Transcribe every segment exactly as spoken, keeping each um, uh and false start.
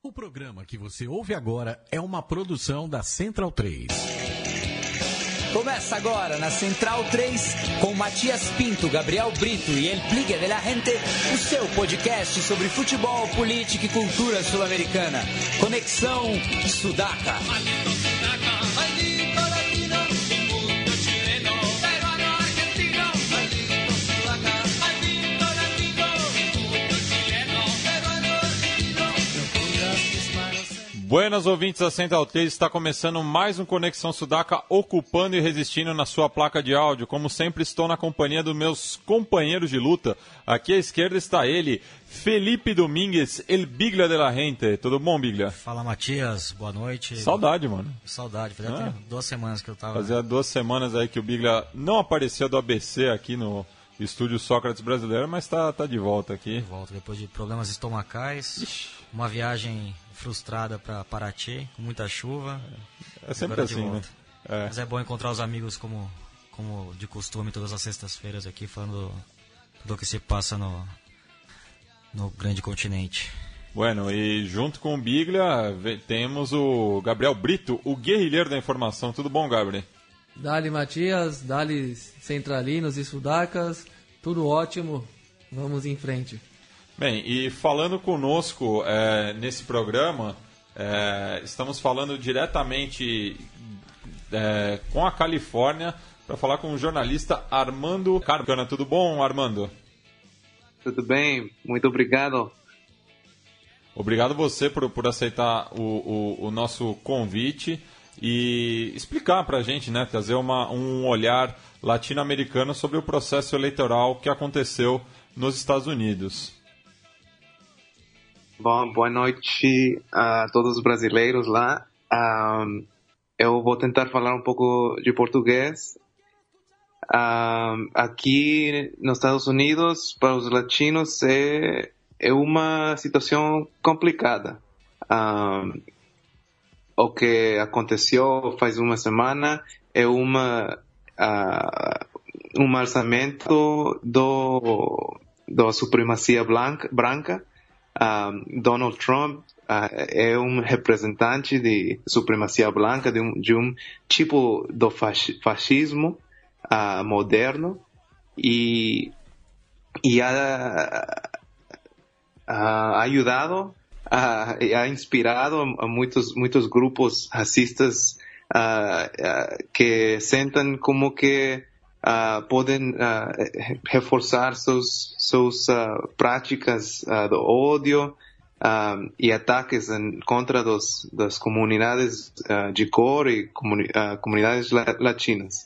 O programa que você ouve agora é uma produção da Central três. Começa agora na Central três com Matias Pinto, Gabriel Brito e El Pligue de la Gente, o seu podcast sobre futebol, política e cultura sul-americana. Conexão Sudaca. Buenas ouvintes da Central três, está começando mais um Conexão Sudaca, ocupando e resistindo na sua placa de áudio. Como sempre, estou na companhia dos meus companheiros de luta. Aqui à esquerda está ele, Felipe Domingues, El Biglia de la Gente. Tudo bom, Biglia? Fala, Matias. Boa noite. Saudade, mano. Saudade. Fazia ah. duas semanas que eu tava... Fazia duas semanas aí que o Biglia não aparecia do A B C aqui no Estúdio Sócrates Brasileiro, mas tá, tá de volta aqui. De volta, depois de problemas estomacais. Ixi. Uma viagem frustrada para Paraty, com muita chuva. É sempre assim, né? É. Mas é bom encontrar os amigos como, como de costume, todas as sextas-feiras aqui, falando do que se passa no, no grande continente. Bueno, e junto com o Biglia temos o Gabriel Brito, o guerrilheiro da informação. Tudo bom, Gabriel? Dali Matias, dali centralinos e sudacas, tudo ótimo, vamos em frente. Bem, e falando conosco é, nesse programa, é, estamos falando diretamente é, com a Califórnia para falar com o jornalista Armando Carcana. Tudo bom, Armando? Tudo bem, muito obrigado. Obrigado você por, por aceitar o, o, o nosso convite e explicar para a gente, né, trazer uma, um olhar latino-americano sobre o processo eleitoral que aconteceu nos Estados Unidos. Bom, boa noite a todos os brasileiros lá. Um, eu vou tentar falar um pouco de português. Um, aqui nos Estados Unidos, para os latinos, é, é uma situação complicada. Um, o que aconteceu faz uma semana é uma, uh, um alçamento do, da supremacia blanca, branca. Um, Donald Trump uh, é um representante de supremacia branca, de um, de um tipo de fascismo uh, moderno e, e ha, ha ajudado, uh, e ha inspirado a muitos, muitos grupos racistas uh, uh, que sentem como que Uh, podem uh, reforçar suas, suas uh, práticas uh, de ódio uh, e ataques em contra dos, das comunidades uh, de cor e comuni uh, comunidades la latinas.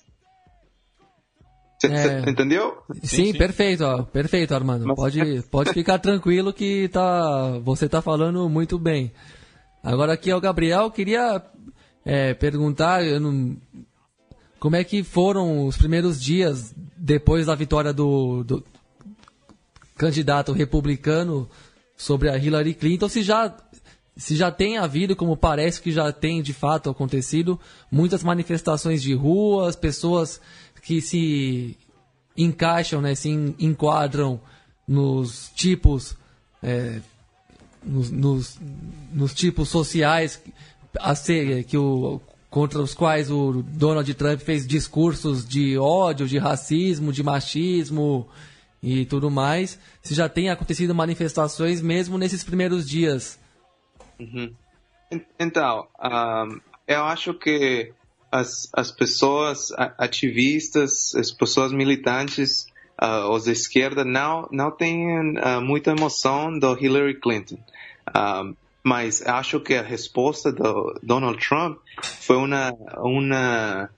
Cê, é... cê entendeu? Sim, sim, sim. perfeito, ó, perfeito, Armando. Mas... Pode, pode ficar tranquilo que tá, você está falando muito bem. Agora aqui é o Gabriel, queria é, perguntar, eu não... como é que foram os primeiros dias depois da vitória do, do candidato republicano sobre a Hillary Clinton, se já, se já tem havido, como parece que já tem de fato acontecido, muitas manifestações de ruas, pessoas que se encaixam, né, se enquadram nos tipos, é, nos, nos, nos tipos sociais a ser, que o contra os quais o Donald Trump fez discursos de ódio, de racismo, de machismo e tudo mais. Se já tem acontecido manifestações mesmo nesses primeiros dias. Uhum. Então, um, eu acho que as, as pessoas ativistas, as pessoas militantes, uh, os de esquerda, não, não têm uh, muita emoção do Hillary Clinton. Um, Mas acho que a resposta do Donald Trump foi uma, uma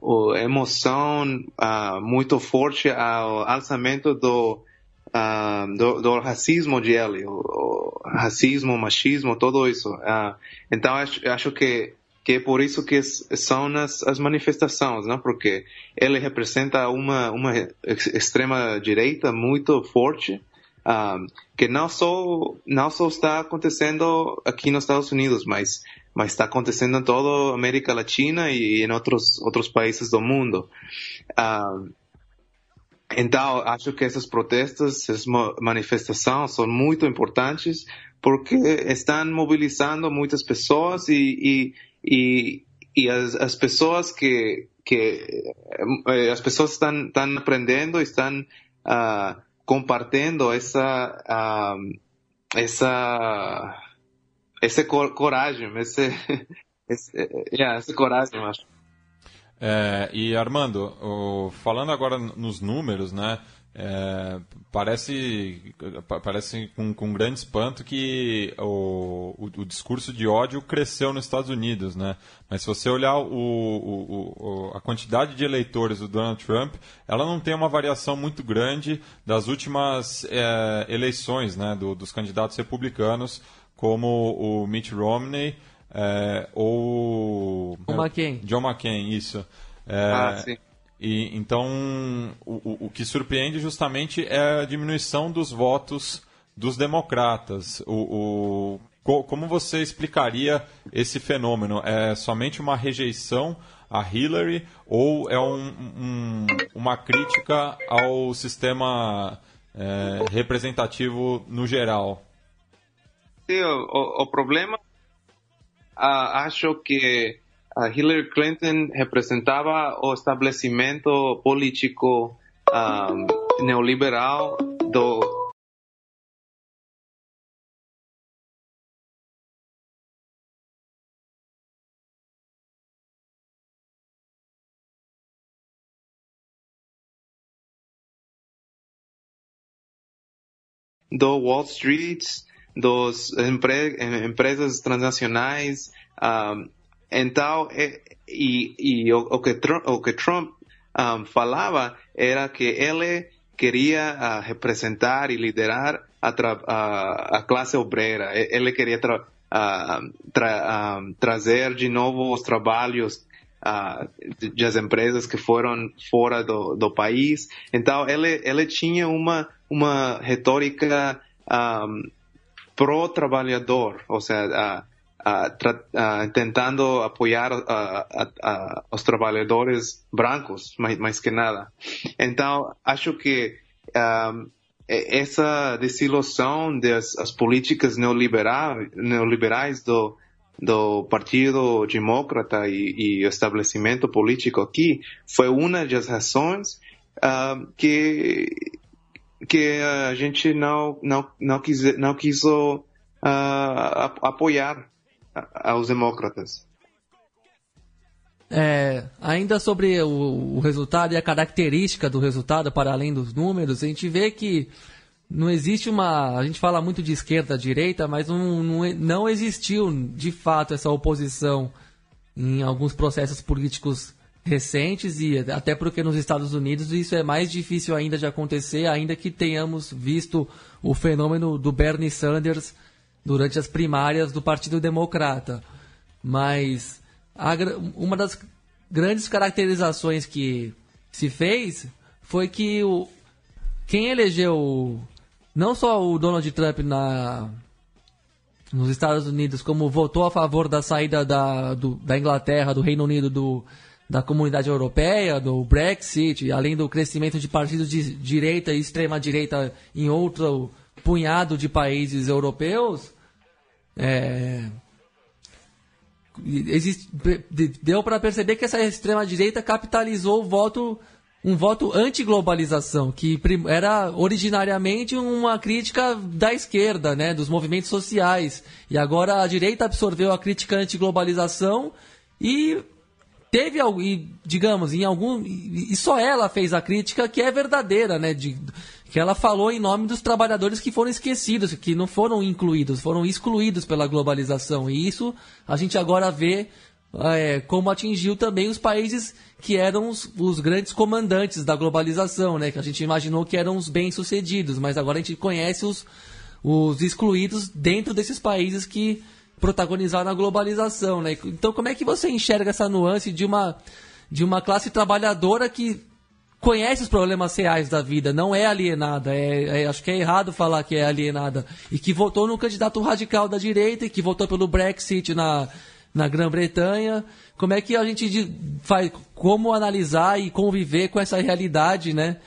emoção uh, muito forte ao alçamento do, uh, do, do racismo de ele, o, o racismo, machismo, tudo isso. Uh, então acho, acho que, que é por isso que são as, as manifestações, não? Porque ele representa uma, uma extrema direita muito forte. Um, que não só, não só está acontecendo aqui nos Estados Unidos, mas, mas está acontecendo em toda a América Latina e em outros, outros países do mundo. Um, então, acho que essas protestas, essas manifestações são muito importantes porque estão mobilizando muitas pessoas e, e, e, e as, as pessoas que, que as pessoas estão, estão aprendendo, estão uh, compartilhando essa, uh, essa, esse coragem, esse, esse, yeah, esse coragem, eu acho. É, e Armando, o, falando agora nos números, né, é, parece, parece com, com grande espanto que o, o, o discurso de ódio cresceu nos Estados Unidos, né? Mas se você olhar o, o, o, a quantidade de eleitores do Donald Trump, ela não tem uma variação muito grande das últimas é, eleições, né, do, dos candidatos republicanos, como o Mitt Romney. É, ou John McCain. John McCain, isso. É, ah, sim. E, então, o, o que surpreende justamente é a diminuição dos votos dos democratas. O, o, como você explicaria esse fenômeno? É somente uma rejeição a Hillary ou é um, um, uma crítica ao sistema é, representativo no geral? Sim, o, o problema... Uh, acho que uh, Hillary Clinton representava o estabelecimento político um, neoliberal do do Wall Street, das empre empresas transnacionais. Um, então, e, e o, o, que Trump, o que Trump um, falava era que ele queria uh, representar e liderar a, a, a classe obrera. Ele queria tra uh, tra um, trazer de novo os trabalhos uh, das empresas que foram fora do, do país. Então, ele, ele tinha uma, uma retórica um, pró-trabalhador, ou seja, uh, uh, uh, tentando apoiar uh, uh, uh, os trabalhadores brancos, mais, mais que nada. Então, acho que um, essa desilusão das as políticas neoliberais, neoliberais do, do Partido Demócrata e, e o estabelecimento político aqui foi uma das razões uh, que que a gente não não não quis não quis uh, apoiar aos demócratas. É, ainda sobre o, o resultado e a característica do resultado, para além dos números, a gente vê que não existe uma... A gente fala muito de esquerda, direita, mas não, não, não existiu, de fato, essa oposição em alguns processos políticos recentes, e até porque nos Estados Unidos isso é mais difícil ainda de acontecer, ainda que tenhamos visto o fenômeno do Bernie Sanders durante as primárias do Partido Democrata. Mas a, uma das grandes caracterizações que se fez foi que o, quem elegeu não só o Donald Trump na, nos Estados Unidos, como votou a favor da saída da, do, da Inglaterra, do Reino Unido, do da comunidade europeia, do Brexit, além do crescimento de partidos de direita e extrema-direita em outro punhado de países europeus, é, existe, deu para perceber que essa extrema-direita capitalizou o voto, um voto anti-globalização, que era originariamente uma crítica da esquerda, né, dos movimentos sociais. E agora a direita absorveu a crítica anti-globalização e teve, digamos, em algum... E só ela fez a crítica que é verdadeira, né? De, que ela falou em nome dos trabalhadores que foram esquecidos, que não foram incluídos, foram excluídos pela globalização. E isso a gente agora vê é, como atingiu também os países que eram os, os grandes comandantes da globalização, né? Que a gente imaginou que eram os bem-sucedidos, mas agora a gente conhece os, os excluídos dentro desses países que protagonizaram a globalização, né? Então, como é que você enxerga essa nuance de uma, de uma classe trabalhadora que conhece os problemas reais da vida, não é alienada, é, é, acho que é errado falar que é alienada, e que votou no candidato radical da direita e que votou pelo Brexit na, na Grã-Bretanha? Como é que a gente faz, como analisar e conviver com essa realidade, né?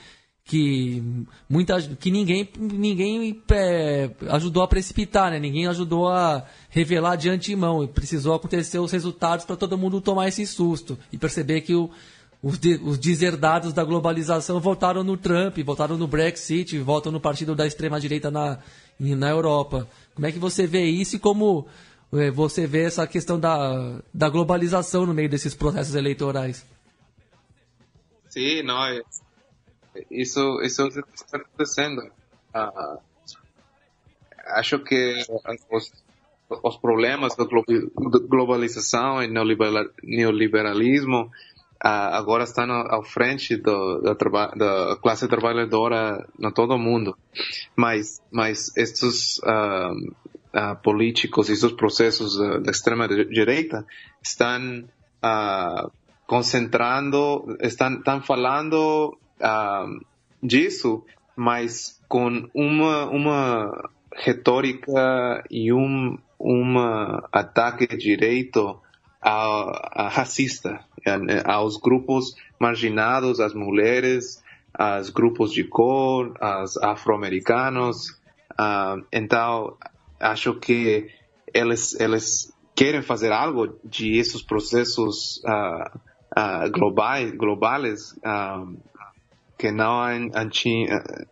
que muita que ninguém ninguém é, ajudou a precipitar, né? Ninguém ajudou a revelar de antemão. Precisou acontecer os resultados para todo mundo tomar esse susto e perceber que o, os, de, os deserdados da globalização votaram no Trump, votaram no Brexit, votam no partido da extrema direita na na Europa. Como é que você vê isso e como é, você vê essa questão da da globalização no meio desses processos eleitorais? Sim, não é. Isso, isso está acontecendo. Uh, acho que os, os problemas da globalização e neoliberalismo uh, agora estão ao frente do, da, da classe trabalhadora em todo o mundo. Mas, mas estes uh, uh, políticos e estes processos uh, da extrema-direita estão uh, concentrando, estão, estão falando Uh, disso, mas com uma uma retórica e um uma ataque direto a, a racista aos grupos marginados, às mulheres, aos grupos de cor, aos afro-americanos. Uh, então acho que eles eles querem fazer algo de esses processos uh, uh, globais globais uh, que não han, han que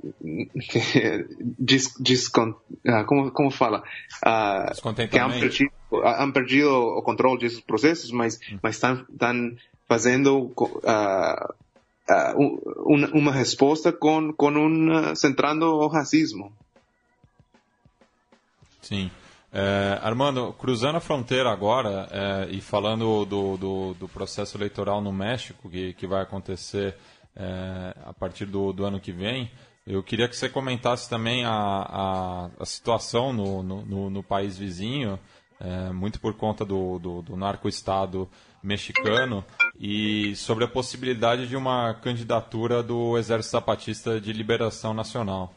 dis, discon, como como fala uh, que han perdido, han perdido o controle desses processos, mas hum. mas estão estão fazendo uh, uh, uma, uma resposta com com um uh, centrando o racismo. Sim. É, Armando, cruzando a fronteira agora é, e falando do, do, do processo eleitoral no México que, que vai acontecer É, a partir do, do ano que vem, eu queria que você comentasse também a, a, a situação no, no, no país vizinho, é, muito por conta do, do, do narco-estado mexicano, e sobre a possibilidade de uma candidatura do Exército Zapatista de Liberação Nacional.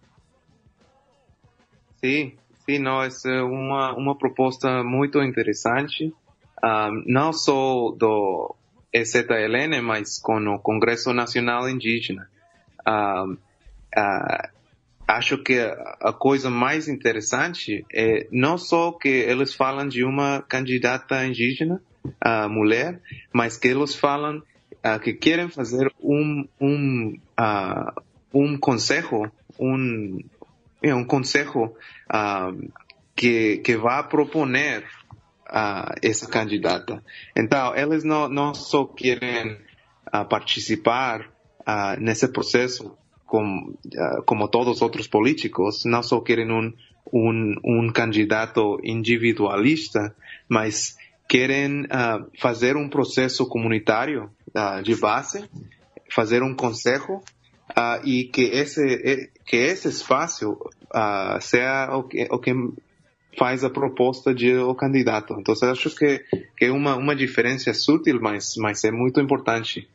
Sim, sim, não, essa é uma, uma proposta muito interessante, um, não só do E Z L N, mas com o Congresso Nacional Indígena. Uh, uh, acho que a coisa mais interessante é não só que eles falam de uma candidata indígena, uh, mulher, mas que eles falam uh, que querem fazer um um uh, um conselho, um um conselho uh, que que vai proponer Uh, essa candidata. Então, eles não, não só querem uh, participar uh, nesse processo como, uh, como todos os outros políticos, não só querem um, um, um candidato individualista, mas querem uh, fazer um processo comunitário uh, de base, fazer um conselho uh, e que esse, que esse espaço uh, seja o que, o que faz a proposta de o candidato. Então, eu acho que, que é uma, uma diferença sutil, mas, mas é muito importante.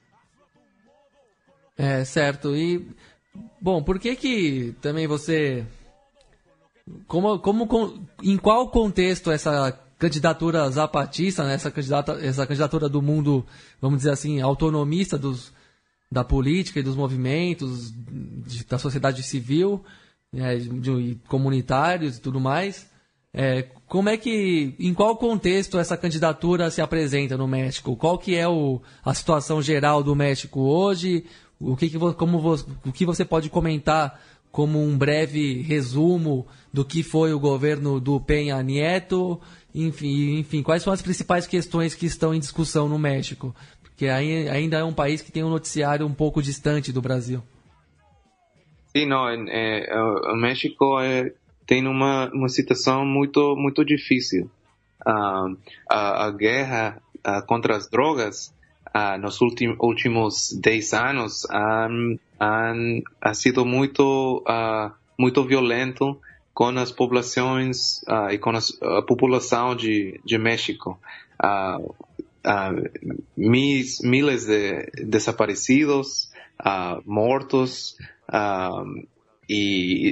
É, certo. E, bom, por que que também você... Como, como, em qual contexto essa candidatura zapatista, né, essa, candidata, essa candidatura do mundo, vamos dizer assim, autonomista dos, da política e dos movimentos, de, da sociedade civil, é, de, de comunitários e tudo mais... É, como é que, em qual contexto essa candidatura se apresenta no México? Qual que é o, a situação geral do México hoje? O que, que, como, o que você pode comentar como um breve resumo do que foi o governo do Peña Nieto? Enfim, enfim, quais são as principais questões que estão em discussão no México? Porque ainda é um país que tem um noticiário um pouco distante do Brasil. Sim, não, é, é, o México é... tem uma, uma situação muito, muito difícil. Uh, a, a guerra uh, contra as drogas uh, nos ultim, últimos dez anos um, um, ha sido muito, uh, muito violento com as populações uh, e com as, a população de, de México. Uh, uh, mis, miles de desaparecidos, uh, mortos, uh, e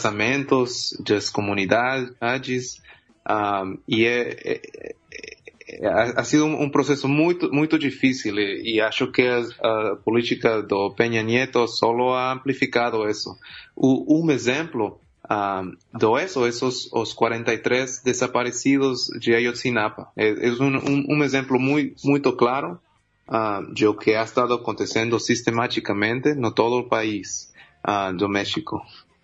desplazamentos das comunidades, um, e é, é, ha, ha sido um, um processo muito muito difícil e, e acho que a, a política do Peña Nieto só ha amplificado isso. O, um exemplo um, de eso, esos os cuarenta y tres desaparecidos de Ayotzinapa. É, é um, um, um exemplo muito muito claro uh, de o que ha estado acontecendo sistematicamente no todo o país uh, do México.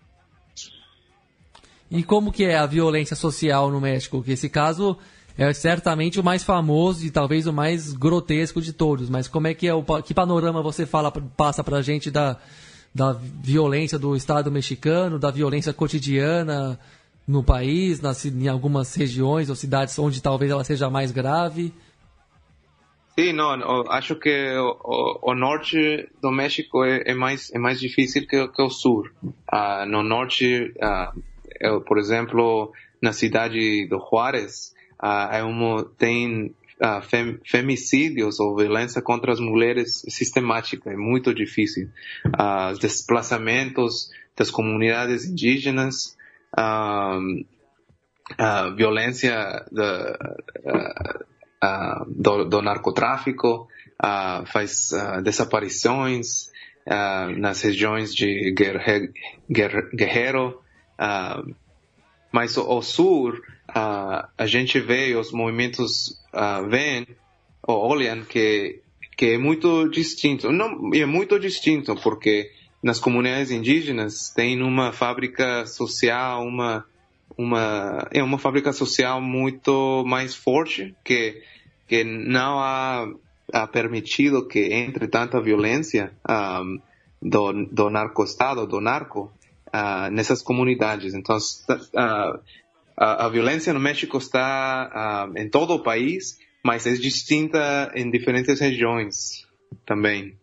E como que é a violência social no México? Que esse caso é certamente o mais famoso e talvez o mais grotesco de todos. Mas como é que é o que panorama você fala passa para a gente da da violência do Estado mexicano, da violência cotidiana no país, nas, em algumas regiões ou cidades onde talvez ela seja mais grave? Sim, não, acho que o, o norte do México é, é mais é mais difícil que, que o sul. Uh, no norte uh, Eu, por exemplo, na cidade de Juárez, uh, é uma, tem uh, fem, femicídios ou violência contra as mulheres sistemática, é muito difícil. Uh, desplazamentos das comunidades indígenas, uh, uh, violência de, uh, uh, do, do narcotráfico, uh, faz uh, desaparições uh, nas regiões de Guerre, Guerre, Guerrero. Uh, mas ao sul, uh, a gente vê, os movimentos uh, veem, ou olham que, que é muito distinto. Não, é muito distinto, porque nas comunidades indígenas tem uma fábrica social, uma, uma, é uma fábrica social muito mais forte, que, que não há, há permitido que entre tanta violência um, do, do narco-estado, do narco, Uh, nessas comunidades. Então, uh, a, a violência no México está uh, em todo o país, mas é distinta em diferentes regiões também.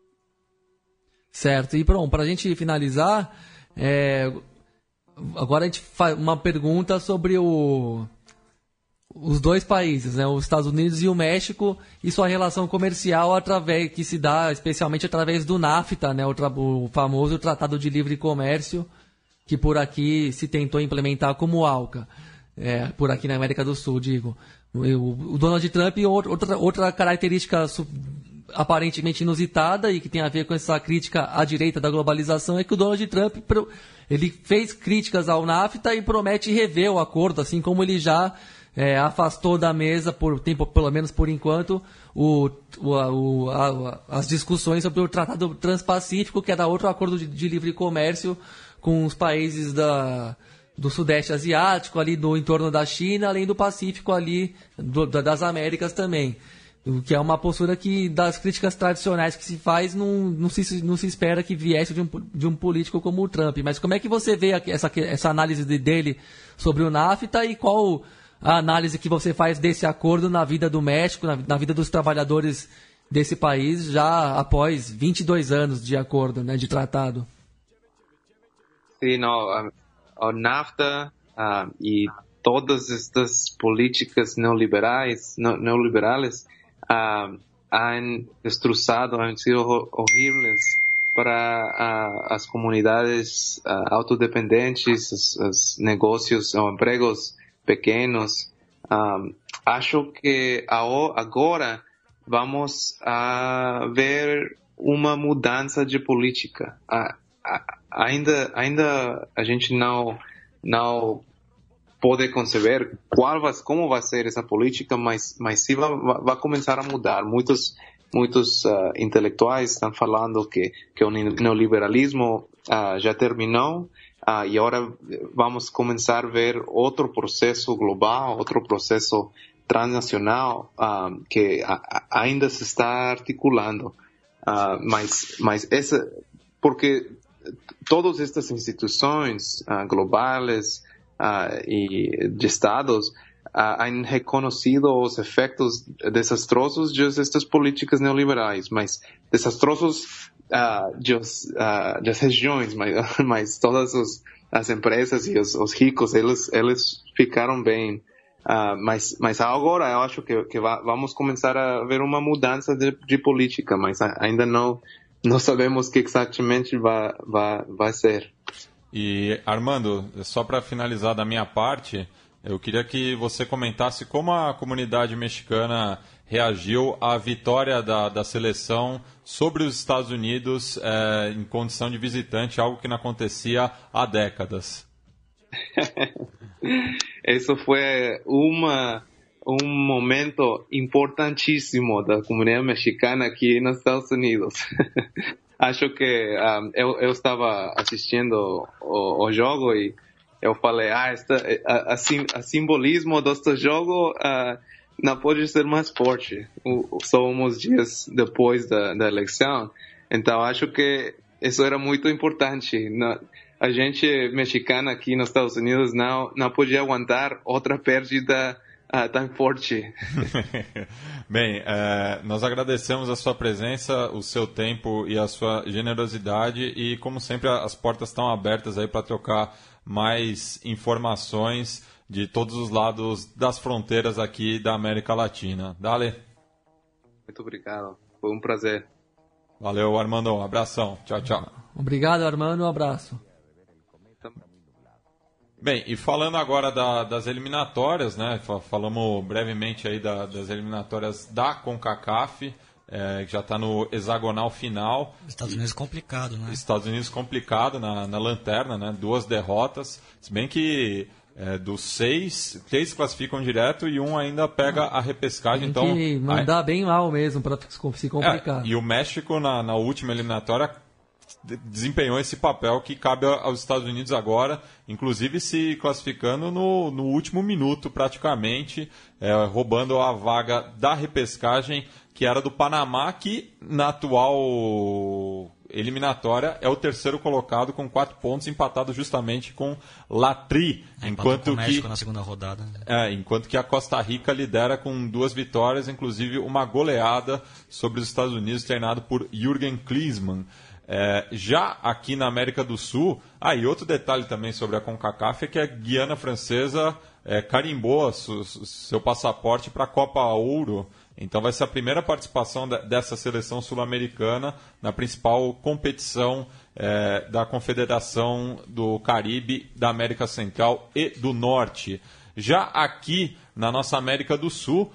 Certo. E pronto, para a gente finalizar, é, agora a gente faz uma pergunta sobre o, os dois países, né, os Estados Unidos e o México, e sua relação comercial através que se dá especialmente através do NAFTA, né, o, tra, o famoso Tratado de Livre Comércio, que por aqui se tentou implementar como ALCA, é, por aqui na América do Sul, digo. O, o Donald Trump, outra, outra característica su, aparentemente inusitada e que tem a ver com essa crítica à direita da globalização é que o Donald Trump ele fez críticas ao NAFTA e promete rever o acordo, assim como ele já É, afastou da mesa, por tempo, pelo menos por enquanto, o, o, o, a, as discussões sobre o Tratado Transpacífico, que era outro acordo de, de livre comércio com os países da, do Sudeste Asiático, ali do entorno da China, além do Pacífico ali do, das Américas também. O que é uma postura que, das críticas tradicionais que se faz, não, não, se, não se espera que viesse de um, de um político como o Trump. Mas como é que você vê essa, essa análise dele sobre o NAFTA e qual a análise que você faz desse acordo na vida do México, na, na vida dos trabalhadores desse país, já após vinte e dois anos de acordo, né, de tratado? Sim, no, o NAFTA uh, e todas estas políticas neoliberais, neoliberales uh, han destroçado, han sido horríveis para uh, as comunidades uh, autodependentes, os, os negócios ou empregos pequenos. Um, acho que agora vamos a ver uma mudança de política. Uh, ainda, ainda a gente não, não pode conceber qual vai, como vai ser essa política, mas, mas sim vai, vai começar a mudar. Muitos, muitos uh, intelectuais estão falando que, que o neoliberalismo uh, já terminou. Uh, e agora vamos começar a ver outro processo global, outro processo transnacional uh, que a, a, ainda se está articulando. Uh, mas, mas essa, porque todas estas instituições uh, globais uh, e de estados uh, han reconhecido os efeitos desastrosos destas políticas neoliberais, mas desastrosos Uh, das, uh, das regiões, mas, mas todas os, as empresas e os, os ricos, eles, eles ficaram bem. Uh, mas, mas agora eu acho que, que va, vamos começar a ver uma mudança de, de política, mas ainda não, não sabemos o que exatamente vai, vai, vai ser. E, Armando, só para finalizar da minha parte, Eu queria que você comentasse como a comunidade mexicana reagiu à vitória da, da seleção sobre os Estados Unidos é, em condição de visitante, algo que não acontecia há décadas. Isso foi uma, um momento importantíssimo da comunidade mexicana aqui nos Estados Unidos. Acho que um, eu, eu estava assistindo o, o jogo e eu falei, ah, esta, a, a, sim, a simbolismo deste jogo uh, não pode ser mais forte. O, somos dias depois da, da eleição, então acho que isso era muito importante. Na, a gente mexicana aqui nos Estados Unidos não, não podia aguentar outra perdida uh, tão forte. Bem, é, nós agradecemos a sua presença, o seu tempo e a sua generosidade e, como sempre, as portas estão abertas aí para trocar mais informações de todos os lados das fronteiras aqui da América Latina. Dale. Muito obrigado. Foi um prazer. Valeu, Armando. Um abração. Tchau, tchau. Obrigado, Armando. Um abraço. Bem, e falando agora da, das eliminatórias, né? Falamos brevemente aí da, das eliminatórias da CONCACAF, é, que já está no hexagonal final. Estados Unidos complicado, né? Estados Unidos complicado na, na lanterna, né? Duas derrotas. Se bem que é, dos seis, três classificam direto e um ainda pega a repescagem. Tem então que mandar aí, bem mal mesmo para se complicar. É, e o México, na, na última eliminatória, desempenhou esse papel que cabe aos Estados Unidos agora, inclusive se classificando no, no último minuto praticamente, é, roubando a vaga da repescagem, que era do Panamá, que na atual eliminatória é o terceiro colocado com quatro pontos, empatado justamente com Latri, é, enquanto com o México que na segunda rodada. É, enquanto que a Costa Rica lidera com duas vitórias, inclusive uma goleada sobre os Estados Unidos, treinado por Jürgen Klinsmann. É, já aqui na América do Sul, ah, e outro detalhe também sobre a CONCACAF é que a Guiana Francesa é, carimbou su, seu passaporte para a Copa Ouro, então vai ser a primeira participação de, dessa seleção sul-americana na principal competição é, da Confederação do Caribe, da América Central e do Norte. Já aqui na nossa América do Sul,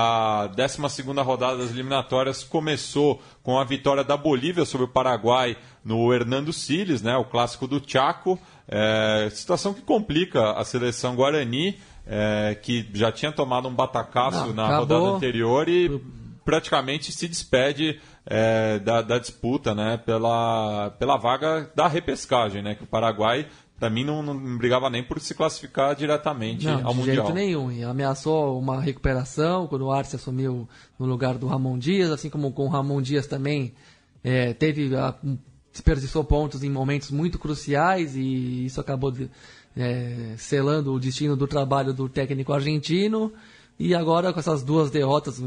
a décima segunda rodada das eliminatórias começou com a vitória da Bolívia sobre o Paraguai no Hernando Siles, né, o clássico do Chaco, é, situação que complica a seleção Guarani, é, que já tinha tomado um batacaço Não, na acabou. rodada anterior e praticamente se despede é, da, da disputa, né, pela, pela vaga da repescagem, né, que o Paraguai, para mim, não, não brigava nem por se classificar diretamente não, ao de Mundial. De jeito nenhum. E ameaçou uma recuperação quando o Arce assumiu no lugar do Ramon Dias, assim como com o Ramon Dias também é, teve a, desperdiçou pontos em momentos muito cruciais e isso acabou de, é, selando o destino do trabalho do técnico argentino. E agora com essas duas derrotas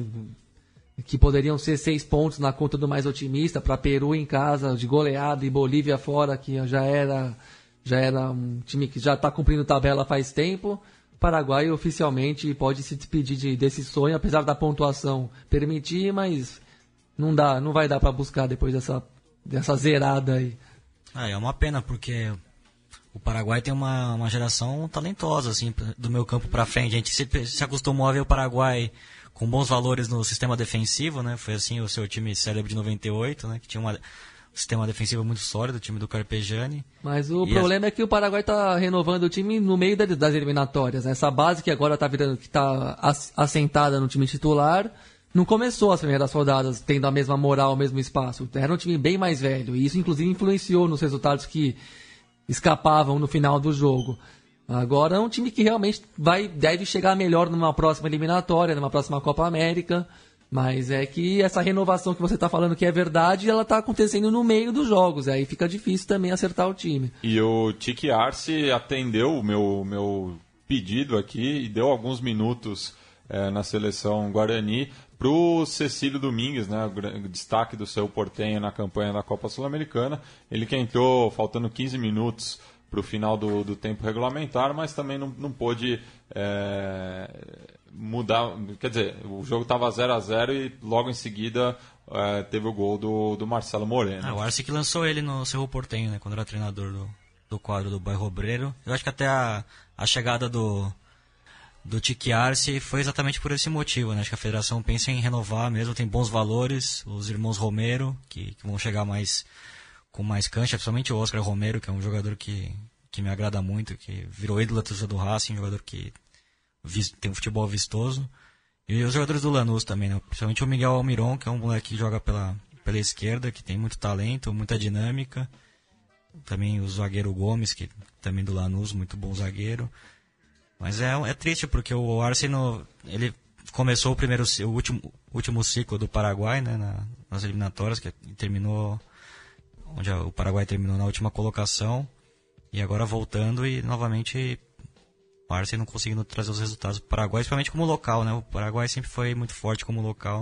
que poderiam ser seis pontos na conta do mais otimista, para Peru em casa de goleada e Bolívia fora, que já era... já era um time que já está cumprindo tabela faz tempo. O Paraguai oficialmente pode se despedir de, desse sonho, apesar da pontuação permitir, mas não, dá, não vai dar para buscar depois dessa, dessa zerada aí. Ah, é uma pena, porque o Paraguai tem uma, uma geração talentosa, assim, do meio campo para frente. A gente se, se acostumou a ver o Paraguai com bons valores no sistema defensivo, né? Foi assim o seu time célebre de noventa e oito, né? Que tinha uma... sistema defensivo muito sólido, o time do Carpegiani. Mas o e problema as... é que o Paraguai está renovando o time no meio das eliminatórias. Né? Essa base que agora está virando, que está assentada no time titular, não começou as primeiras rodadas tendo a mesma moral, o mesmo espaço. Era um time bem mais velho. E isso, inclusive, influenciou nos resultados que escapavam no final do jogo. Agora é um time que realmente vai, deve chegar melhor numa próxima eliminatória, numa próxima Copa América. Mas é que essa renovação que você está falando que é verdade, ela está acontecendo no meio dos jogos. Aí fica difícil também acertar o time. E o Tiki Arce atendeu o meu, meu pedido aqui e deu alguns minutos é, na seleção Guarani para o Cecílio Domingues, né, o destaque do seu Portenho na campanha da Copa Sul-Americana. Ele que entrou faltando quinze minutos para o final do, do tempo regulamentar, mas também não, não pôde... É, mudar, quer dizer, o jogo estava zero a zero e logo em seguida é, teve o gol do, do Marcelo Moreno. Ah, o Arce que lançou ele no Cerro Porteño, né, quando era treinador do, do quadro do Bairro Obreiro. Eu acho que até a, a chegada do, do Tique Arce foi exatamente por esse motivo, né? Acho que a federação pensa em renovar mesmo, tem bons valores, os irmãos Romero, que, que vão chegar mais com mais cancha, principalmente o Oscar Romero, que é um jogador que, que me agrada muito, que virou ídolo da torcida do Racing, um jogador que vis, tem um futebol vistoso. E os jogadores do Lanús também, né? Principalmente o Miguel Almiron, que é um moleque que joga pela, pela esquerda, que tem muito talento, muita dinâmica. Também o zagueiro Gomes, que também do Lanús, muito bom zagueiro. Mas é, é triste, porque o Arsenal, ele começou o, primeiro, o último, último ciclo do Paraguai, né, na, nas eliminatórias, que terminou, onde o Paraguai terminou na última colocação, e agora voltando e novamente o Arsenal não conseguindo trazer os resultados do Paraguai, principalmente como local, né? O Paraguai sempre foi muito forte como local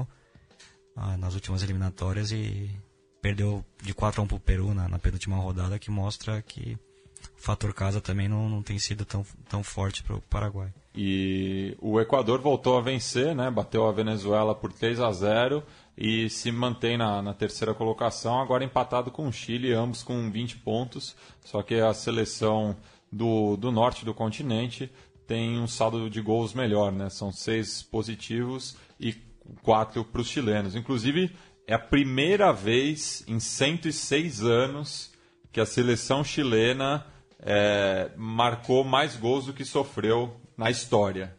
ah, nas últimas eliminatórias e perdeu de quatro a um para o Peru na, na penúltima rodada, que mostra que o fator casa também não, não tem sido tão, tão forte para o Paraguai. E o Equador voltou a vencer, né? Bateu a Venezuela por três a zero e se mantém na, na terceira colocação, agora empatado com o Chile, ambos com vinte pontos, só que a seleção do, do norte do continente tem um saldo de gols melhor, né? São seis positivos e quatro para os chilenos. Inclusive, é a primeira vez em cento e seis anos que a seleção chilena é, marcou mais gols do que sofreu na história.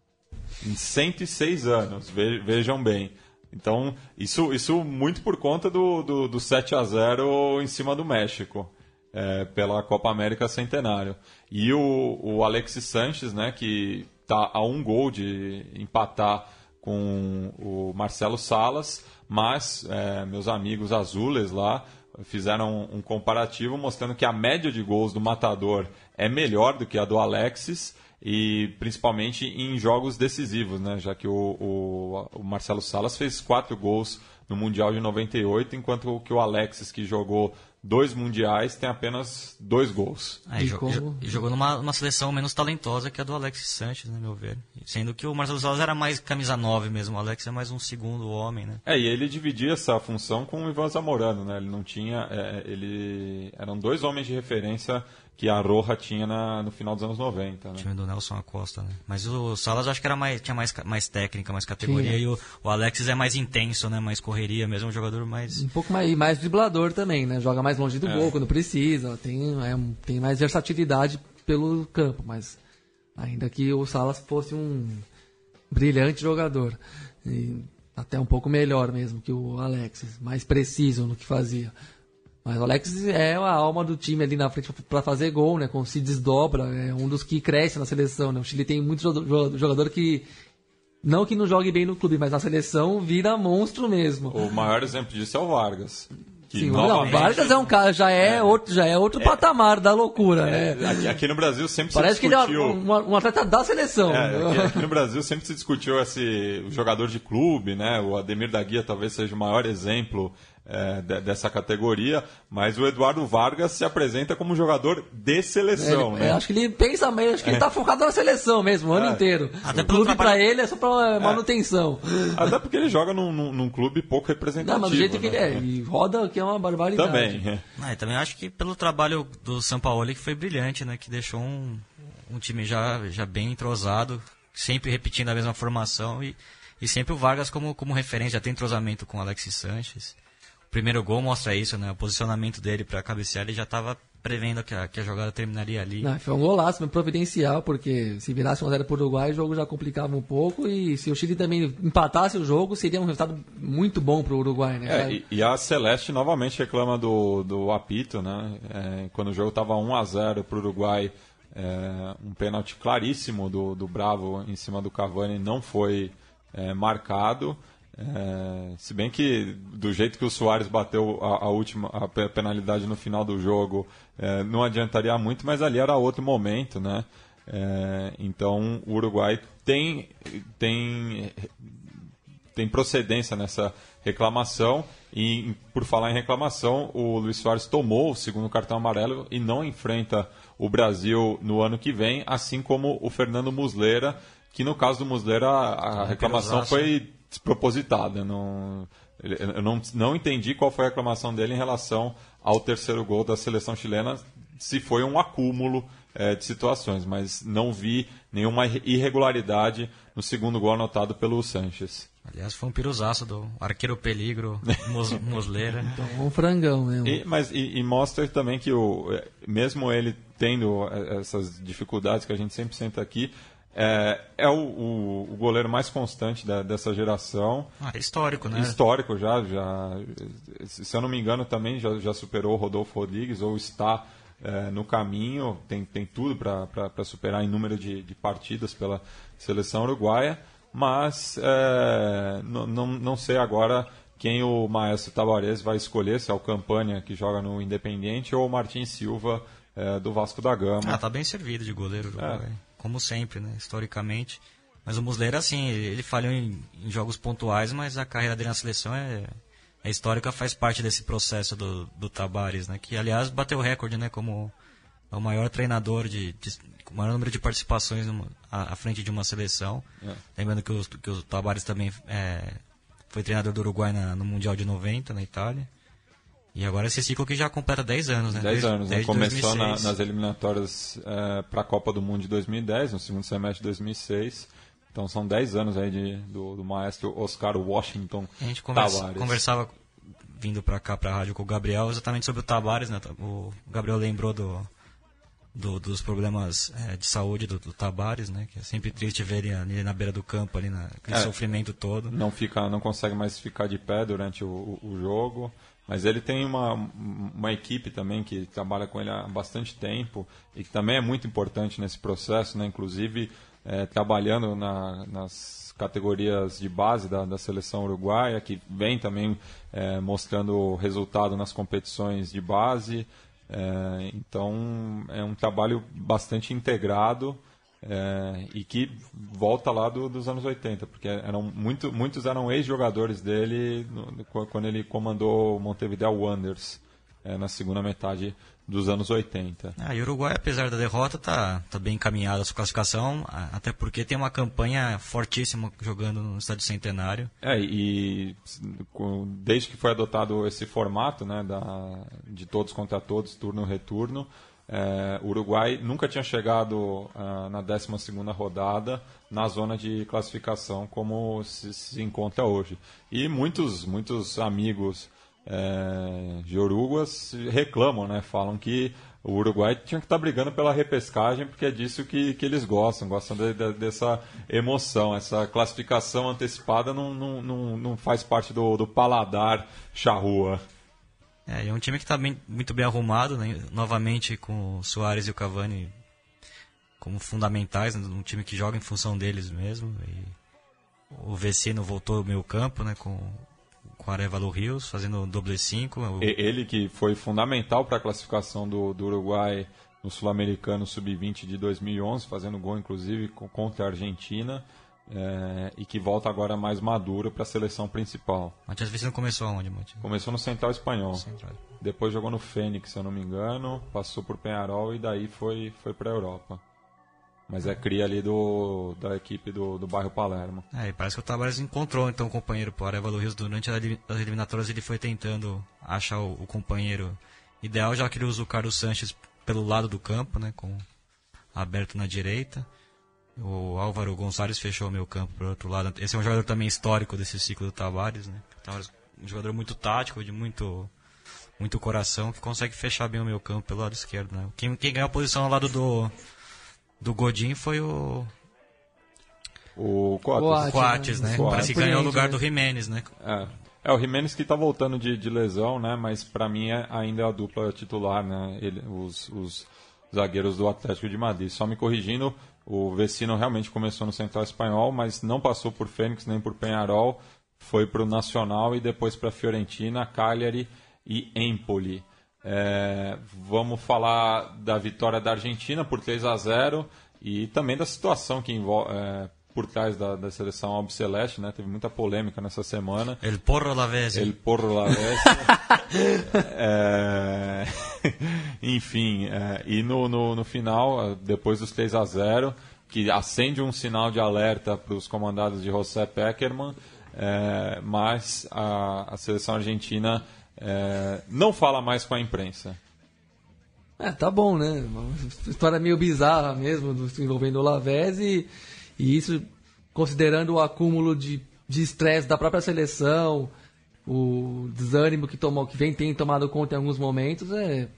Em cento e seis anos, ve, vejam bem. Então, isso, isso muito por conta do, do, do sete a zero em cima do México, é, pela Copa América Centenário. E o, o Alexis Sanches, né, que está a um gol de empatar com o Marcelo Salas, mas é, meus amigos azules lá fizeram um comparativo mostrando que a média de gols do Matador é melhor do que a do Alexis, e principalmente em jogos decisivos, né? Já que o, o, o Marcelo Salas fez quatro gols no Mundial de noventa e oito, enquanto que o Alexis, que jogou dois mundiais, tem apenas dois gols. É, e jogou, como... jogou numa uma seleção menos talentosa que a do Alexis Sanches, né, meu ver. Sendo que o Marcelo Salas era mais camisa nove mesmo, o Alexis é mais um segundo homem, né? É, e ele dividia essa função com o Ivan Zamorano, né? Ele não tinha... É, ele... Eram dois homens de referência que a Roja tinha na, no final dos anos noventa, né? O time do Nelson Acosta, né? Mas o Salas eu acho que era mais, tinha mais, mais técnica, mais categoria. Sim, é. E o, o Alexis é mais intenso, né? Mais correria mesmo, um jogador mais... Um pouco mais, mais driblador também, né? Joga mais longe do é. gol quando precisa. Tem, é, tem mais versatilidade pelo campo, mas ainda que o Salas fosse um brilhante jogador. E até um pouco melhor mesmo que o Alexis. Mais preciso no que fazia. Mas o Alexis é a alma do time ali na frente para fazer gol, né? Quando se desdobra, é um dos que cresce na seleção, né? O Chile tem muito jogador que, não que não jogue bem no clube, mas na seleção vira monstro mesmo. O maior exemplo disso é o Vargas. Que Sim, novamente... não, Vargas é um cara, já é, é outro, já é outro é, patamar da loucura, é, né? Aqui, aqui no Brasil sempre Parece se discutiu... que ele é um, um atleta da seleção. É, aqui, aqui no Brasil sempre se discutiu esse, o jogador de clube, né? O Ademir da Guia talvez seja o maior exemplo é, de, dessa categoria, mas o Eduardo Vargas se apresenta como jogador de seleção, é, né? É, acho que ele pensa mesmo, acho que é. ele tá focado na seleção mesmo, o ano é. inteiro. Até o clube trabalho... pra ele é só pra manutenção. É. Até porque ele joga num, num, num clube pouco representativo. Não, mas do jeito né? que ele é, e roda que é uma barbaridade. Também. É. Ah, eu também acho que pelo trabalho do Sampaoli que foi brilhante, né? Que deixou um, um time já, já bem entrosado, sempre repetindo a mesma formação e, e sempre o Vargas como, como referência, já tem entrosamento com o Alexis Sanches. O primeiro gol mostra isso, né? O posicionamento dele para cabecear, ele já estava prevendo que a, que a jogada terminaria ali. Não, foi um golaço providencial, porque se virasse um a zero para o Uruguai, o jogo já complicava um pouco, e se o Chile também empatasse o jogo, seria um resultado muito bom para o Uruguai, né? É, e, e a Celeste novamente reclama do, do apito, né? É, quando o jogo estava um a zero para o Uruguai, é, um pênalti claríssimo do, do Bravo em cima do Cavani não foi é, marcado. É, se bem que do jeito que o Suárez bateu a, a última a penalidade no final do jogo, é, não adiantaria muito, mas ali era outro momento, né? É, então o Uruguai tem, tem, tem procedência nessa reclamação, e por falar em reclamação, o Luis Suárez tomou o segundo cartão amarelo e não enfrenta o Brasil no ano que vem, assim como o Fernando Muslera, que no caso do Muslera a, a reclamação foi despropositada. Não, eu não, não entendi qual foi a reclamação dele em relação ao terceiro gol da seleção chilena, se foi um acúmulo é, de situações, mas não vi nenhuma irregularidade no segundo gol anotado pelo Sanches. Aliás, foi um piruzaço do arqueiro peligro, Mos, Mosleira. Então, um frangão mesmo. E, mas, e, e mostra também que, o, mesmo ele tendo essas dificuldades que a gente sempre senta aqui, é, é o, o, o goleiro mais constante da, dessa geração. Ah, é histórico, né? Histórico já, já. Se eu não me engano, também já, já superou o Rodolfo Rodrigues, ou está é, no caminho, tem, tem tudo para superar em número de, de partidas pela seleção uruguaia. Mas é, não, não, não sei agora quem o Maestro Tabarez vai escolher, se é o Campanha, que joga no Independiente, ou o Martin Silva, é, do Vasco da Gama. Ah, tá bem servido de goleiro, é. Como sempre, né, historicamente. Mas o Muslera, assim, ele falhou em, em jogos pontuais, mas a carreira dele na seleção é, é histórica, faz parte desse processo do, do Tabarez, né, que, aliás, bateu o recorde, né, como o maior treinador de, de o maior número de participações numa, à, à frente de uma seleção. É. Lembrando que o, que o Tabarez também é, foi treinador do Uruguai na, no Mundial de noventa, na Itália. E agora esse ciclo que já completa dez anos, né? dez anos, né? Começou dois mil e seis. Na, nas eliminatórias é, para a Copa do Mundo de dois mil e dez, no segundo semestre de dois mil e seis. Então são dez anos aí de, do, do maestro Oscar Washington A gente conversa, Tabarez. conversava, vindo para cá, para a rádio, com o Gabriel, exatamente sobre o Tabarez, né? O Gabriel lembrou do, do, dos problemas é, de saúde do, do Tabarez, né? Que é sempre triste ver ele ali na beira do campo, ali naquele é, sofrimento todo. Não, fica, não consegue mais ficar de pé durante o, o, o jogo. Mas ele tem uma, uma equipe também que trabalha com ele há bastante tempo e que também é muito importante nesse processo, né? Inclusive é, trabalhando na, nas categorias de base da, da seleção uruguaia, que vem também é, mostrando resultado nas competições de base. É, então é um trabalho bastante integrado. É, e que volta lá do, dos anos oitenta, porque eram muito, muitos eram ex-jogadores dele no, quando ele comandou o Montevideo Wanderers é, na segunda metade dos anos oitenta. Ah, e o Uruguai, apesar da derrota, está tá bem encaminhado a sua classificação, até porque tem uma campanha fortíssima jogando no Estádio Centenário. É, e desde que foi adotado esse formato, né, da, de todos contra todos, turno-retorno, É, o Uruguai nunca tinha chegado uh, na décima segunda rodada na zona de classificação como se, se encontra hoje. E muitos, muitos amigos é, de Uruguas reclamam, né? Falam que o Uruguai tinha que estar tá brigando pela repescagem porque é disso que, que eles gostam, gostam de, de, dessa emoção. Essa classificação antecipada não, não, não, não faz parte do, do paladar charrua. É, é um time que está muito bem arrumado, né? Novamente com o Suárez e o Cavani como fundamentais, né? Um time que joga em função deles mesmo. E o Vecino voltou ao meio campo, né? Com, com o Arévalo Rios, fazendo o doble cinco. O... Ele que foi fundamental para a classificação do, do Uruguai no Sul-Americano sub vinte de dois mil e onze, fazendo gol inclusive contra a Argentina. É, e que volta agora mais maduro para a seleção principal. Matias Vecino começou aonde, Matias? Começou no Central Espanhol. Central. Depois jogou no Fênix, se eu não me engano, passou por Peñarol e daí foi, foi para a Europa. Mas é cria ali do, da equipe do, do bairro Palermo. É, e parece que o Tabarez encontrou então o companheiro para o Arévalo Rios durante as eliminatórias. Ele foi tentando achar o, o companheiro ideal, já que ele usa o Carlos Sanches pelo lado do campo, né, com aberto na direita. O Álvaro Gonçalves fechou o meio campo para o outro lado. Esse é um jogador também histórico desse ciclo do Tabarez, né? Tabarez, um jogador muito tático, de muito, muito coração, que consegue fechar bem o meio campo pelo lado esquerdo, né? Quem, quem ganhou a posição ao lado do, do Godin foi o... O Coates, Coates, né? Coates. Parece que ganhou o lugar do Jiménez, né? É. É, o Jiménez que está voltando de, de lesão, né? Mas para mim é ainda é a dupla titular, né? Ele, os, os zagueiros do Atlético de Madrid. Só me corrigindo, o Vecino realmente começou no Central Espanhol, mas não passou por Fênix nem por Peñarol, foi para o Nacional e depois para Fiorentina, Cagliari e Empoli. É, vamos falar da vitória da Argentina por três a zero e também da situação que envolve... É, por trás da, da seleção albiceleste, né? Teve muita polêmica nessa semana. El porro lavese. El porro lavese. é... Enfim, é... e no, no, no final, depois dos três a zero, que acende um sinal de alerta para os comandados de José Pekerman, é... mas a, a seleção argentina é... não fala mais com a imprensa. É, tá bom, né? Uma história meio bizarra mesmo, envolvendo o Lavezzi, e, e isso, considerando o acúmulo de de estresse da própria seleção, o desânimo que, tomou, que vem tem tomado conta em alguns momentos, é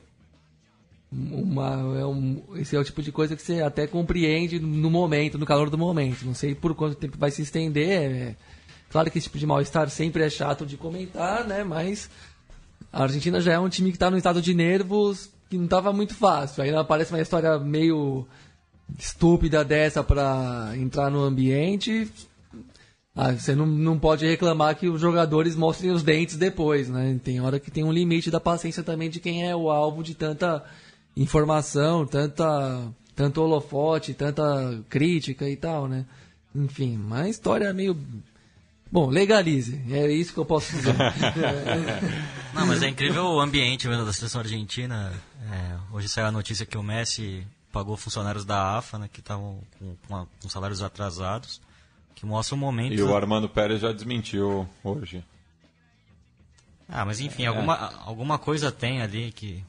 uma, é um, esse é o tipo de coisa que você até compreende no momento, no calor do momento. Não sei por quanto tempo vai se estender. É, claro que esse tipo de mal-estar sempre é chato de comentar, né? Mas a Argentina já é um time que está no estado de nervos que não estava muito fácil. Aí aparece uma história meio estúpida dessa para entrar no ambiente. Ah, você não, não pode reclamar que os jogadores mostrem os dentes depois, né? Tem hora que tem um limite da paciência também de quem é o alvo de tanta informação, tanta, tanto holofote, tanta crítica e tal, né? Enfim, uma história meio... Bom, legalize, é isso que eu posso dizer. Não, mas é incrível o ambiente mesmo da seleção argentina. É, hoje saiu a notícia que o Messi pagou funcionários da A F A, né, que estavam com, com, com salários atrasados. Que mostra um momento... E o Armando Pérez já desmentiu hoje. Ah, mas enfim, é. alguma, alguma coisa tem ali que...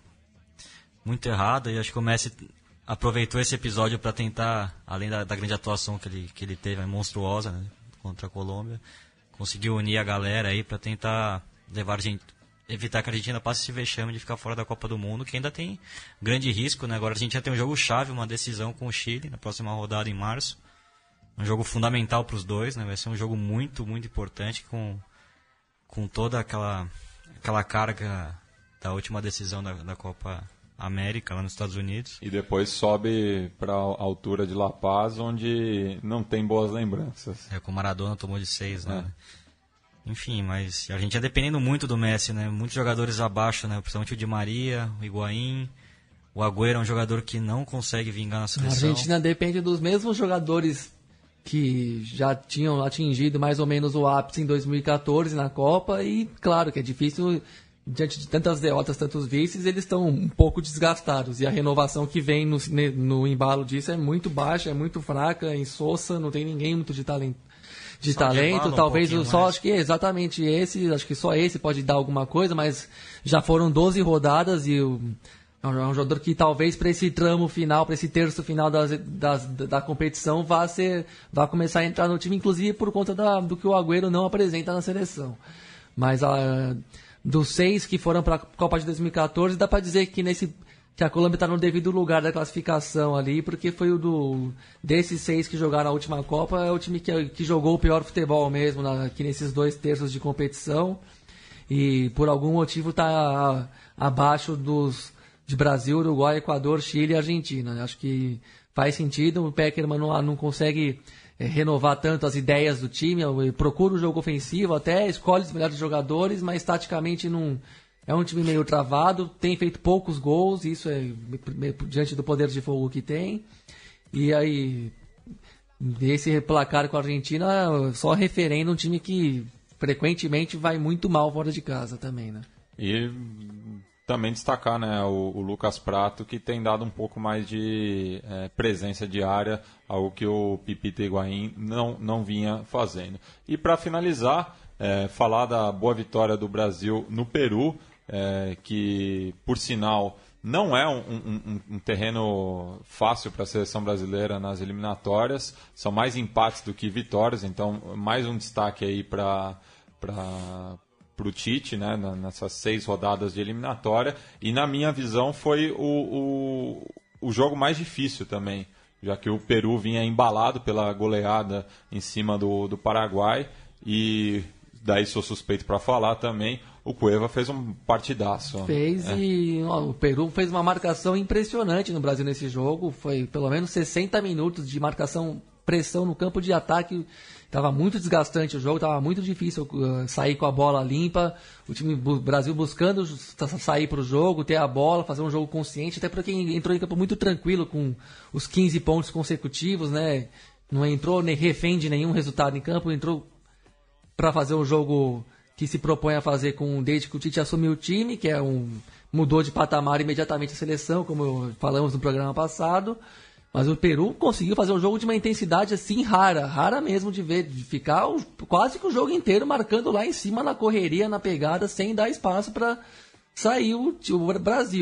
muito errada, e acho que o Messi aproveitou esse episódio para tentar, além da, da grande atuação que ele, que ele teve, monstruosa, né, contra a Colômbia, conseguiu unir a galera aí para tentar levar a Argentina, evitar que a Argentina passe esse vexame de ficar fora da Copa do Mundo, que ainda tem grande risco, né? Agora a gente já tem um jogo chave, uma decisão com o Chile, na próxima rodada em março. Um jogo fundamental para os dois, né? Vai ser um jogo muito, muito importante, com, com toda aquela, aquela carga da última decisão da, da Copa América, lá nos Estados Unidos. E depois sobe para a altura de La Paz, onde não tem boas lembranças. É, com o Maradona tomou de seis, né? É. Enfim, mas a gente é dependendo muito do Messi, né? Muitos jogadores abaixo, né? Principalmente o Di Maria, o Higuaín. O Agüero é um jogador que não consegue vingar na seleção. A Argentina depende dos mesmos jogadores que já tinham atingido mais ou menos o ápice em dois mil e quatorze na Copa, e claro que é difícil, diante de tantas derrotas, tantos vices, eles estão um pouco desgastados, e a renovação que vem no, no embalo disso é muito baixa, é muito fraca, insossa, não tem ninguém muito de talento. De só talento, de talvez um só, mais. Acho que é exatamente esse, acho que só esse pode dar alguma coisa, mas já foram doze rodadas e o É um jogador que talvez para esse tramo final, para esse terço final das, das, da competição, vá, ser, vá começar a entrar no time, inclusive por conta da, do que o Agüero não apresenta na seleção. Mas a, dos seis que foram para a Copa de dois mil e quatorze, dá para dizer que, nesse, que a Colômbia está no devido lugar da classificação ali, porque foi o do desses seis que jogaram a última Copa, é o time que, que jogou o pior futebol mesmo na, aqui nesses dois terços de competição, e por algum motivo está abaixo dos... de Brasil, Uruguai, Equador, Chile e Argentina. Acho que faz sentido. O Pekerman não, não consegue é, renovar tanto as ideias do time. Procura o jogo ofensivo, até escolhe os melhores jogadores, mas taticamente não, é um time meio travado. Tem feito poucos gols, isso é diante do poder de fogo que tem. E aí, esse placar com a Argentina só referendo um time que frequentemente vai muito mal fora de casa também, né? E... também destacar, né, o, o Lucas Prato, que tem dado um pouco mais de é, presença diária, algo que o Pipita Higuaín não, não vinha fazendo. E para finalizar, é, falar da boa vitória do Brasil no Peru, é, que, por sinal, não é um, um, um terreno fácil para a seleção brasileira nas eliminatórias, são mais empates do que vitórias, então mais um destaque aí para... para para o Tite, né, nessas seis rodadas de eliminatória, e na minha visão foi o, o, o jogo mais difícil também, já que o Peru vinha embalado pela goleada em cima do, do Paraguai, e daí sou suspeito para falar também, o Cueva fez um partidaço. Fez, é. E ó, o Peru fez uma marcação impressionante no Brasil nesse jogo, foi pelo menos sessenta minutos de marcação, pressão no campo de ataque. Estava muito desgastante o jogo, estava muito difícil uh, sair com a bola limpa, o time do Brasil buscando sair para o jogo, ter a bola, fazer um jogo consciente, até porque entrou em campo muito tranquilo com os quinze pontos consecutivos, né? Não entrou nem refém de nenhum resultado em campo, entrou para fazer um jogo que se propõe a fazer com, desde que o Tite assumiu o time, que é um, mudou de patamar imediatamente a seleção, como falamos no programa passado. Mas o Peru conseguiu fazer um jogo de uma intensidade assim rara, rara mesmo de ver, de ficar o, quase que o jogo inteiro marcando lá em cima na correria, na pegada, sem dar espaço para sair o, o Brasil.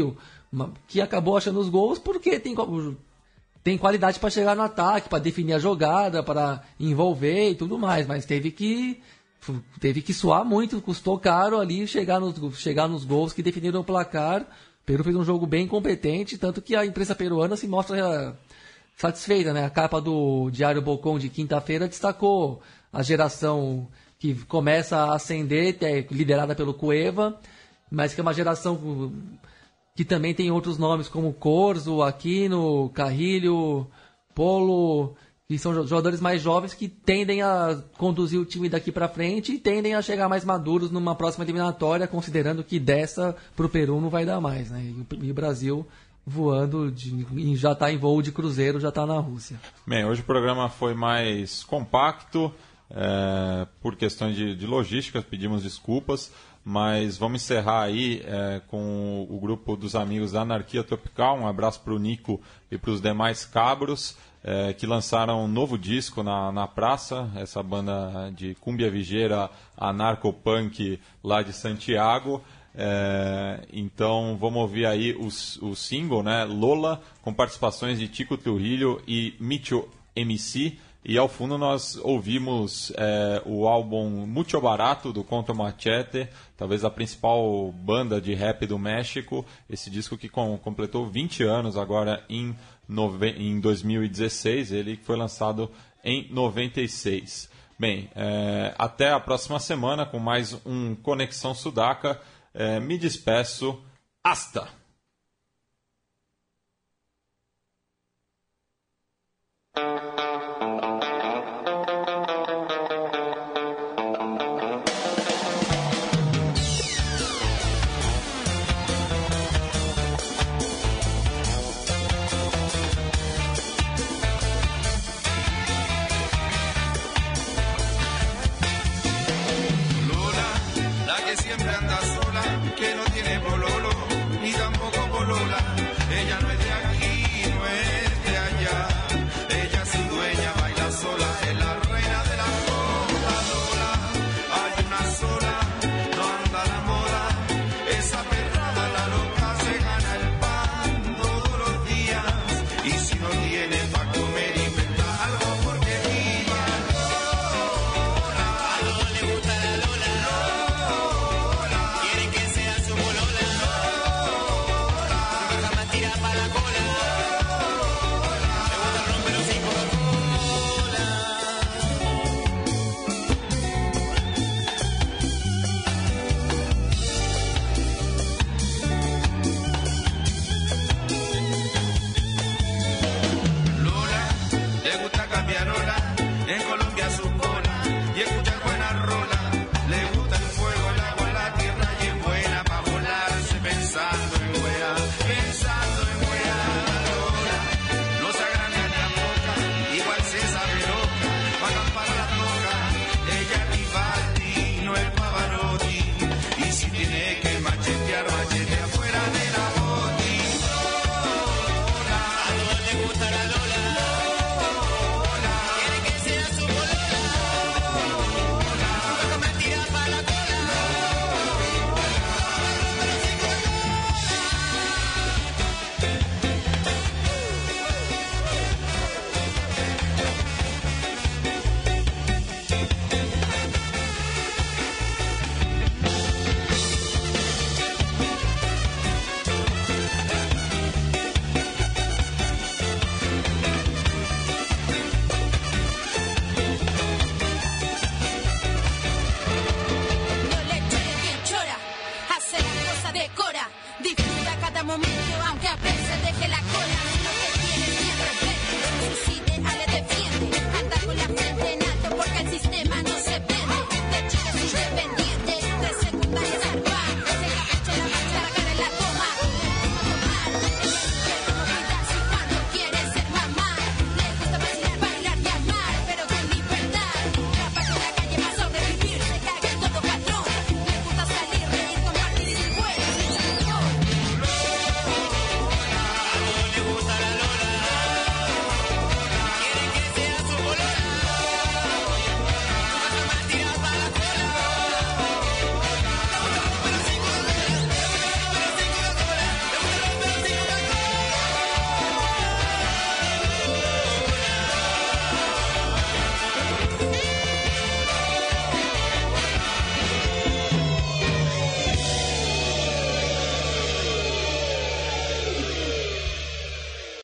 que acabou achando os gols porque tem, tem qualidade para chegar no ataque, para definir a jogada, para envolver e tudo mais, mas teve que teve que suar muito, custou caro ali chegar nos, chegar nos gols que definiram o placar. O Peru fez um jogo bem competente, tanto que a imprensa peruana se mostra satisfeita, né? A capa do Diário Bocón de quinta-feira destacou a geração que começa a ascender, é liderada pelo Cueva, mas que é uma geração que também tem outros nomes como Corzo, Aquino, Carrilho, Polo, que são jogadores mais jovens que tendem a conduzir o time daqui para frente e tendem a chegar mais maduros numa próxima eliminatória, considerando que dessa pro Peru não vai dar mais, né? E o Brasil voando, de, já está em voo de cruzeiro, já está na Rússia. Bem, hoje o programa foi mais compacto, é, por questões de, de logística, pedimos desculpas, mas vamos encerrar aí é, com o grupo dos amigos da Anarquia Tropical. Um abraço para o Nico e para os demais cabros, é, que lançaram um novo disco na, na praça, essa banda de cumbia vigeira anarcopunk lá de Santiago. É, então vamos ouvir aí o, o single, né, Lola, com participações de Tico Trujillo e Micho M C, e ao fundo nós ouvimos é, o álbum Mucho Barato do Contra Machete, talvez a principal banda de rap do México, esse disco que com, completou vinte anos agora em, nove, em dois mil e dezesseis, ele foi lançado em noventa e seis. Bem, é, até a próxima semana com mais um Conexão Sudaca. É, me despeço. Hasta! Cambiaron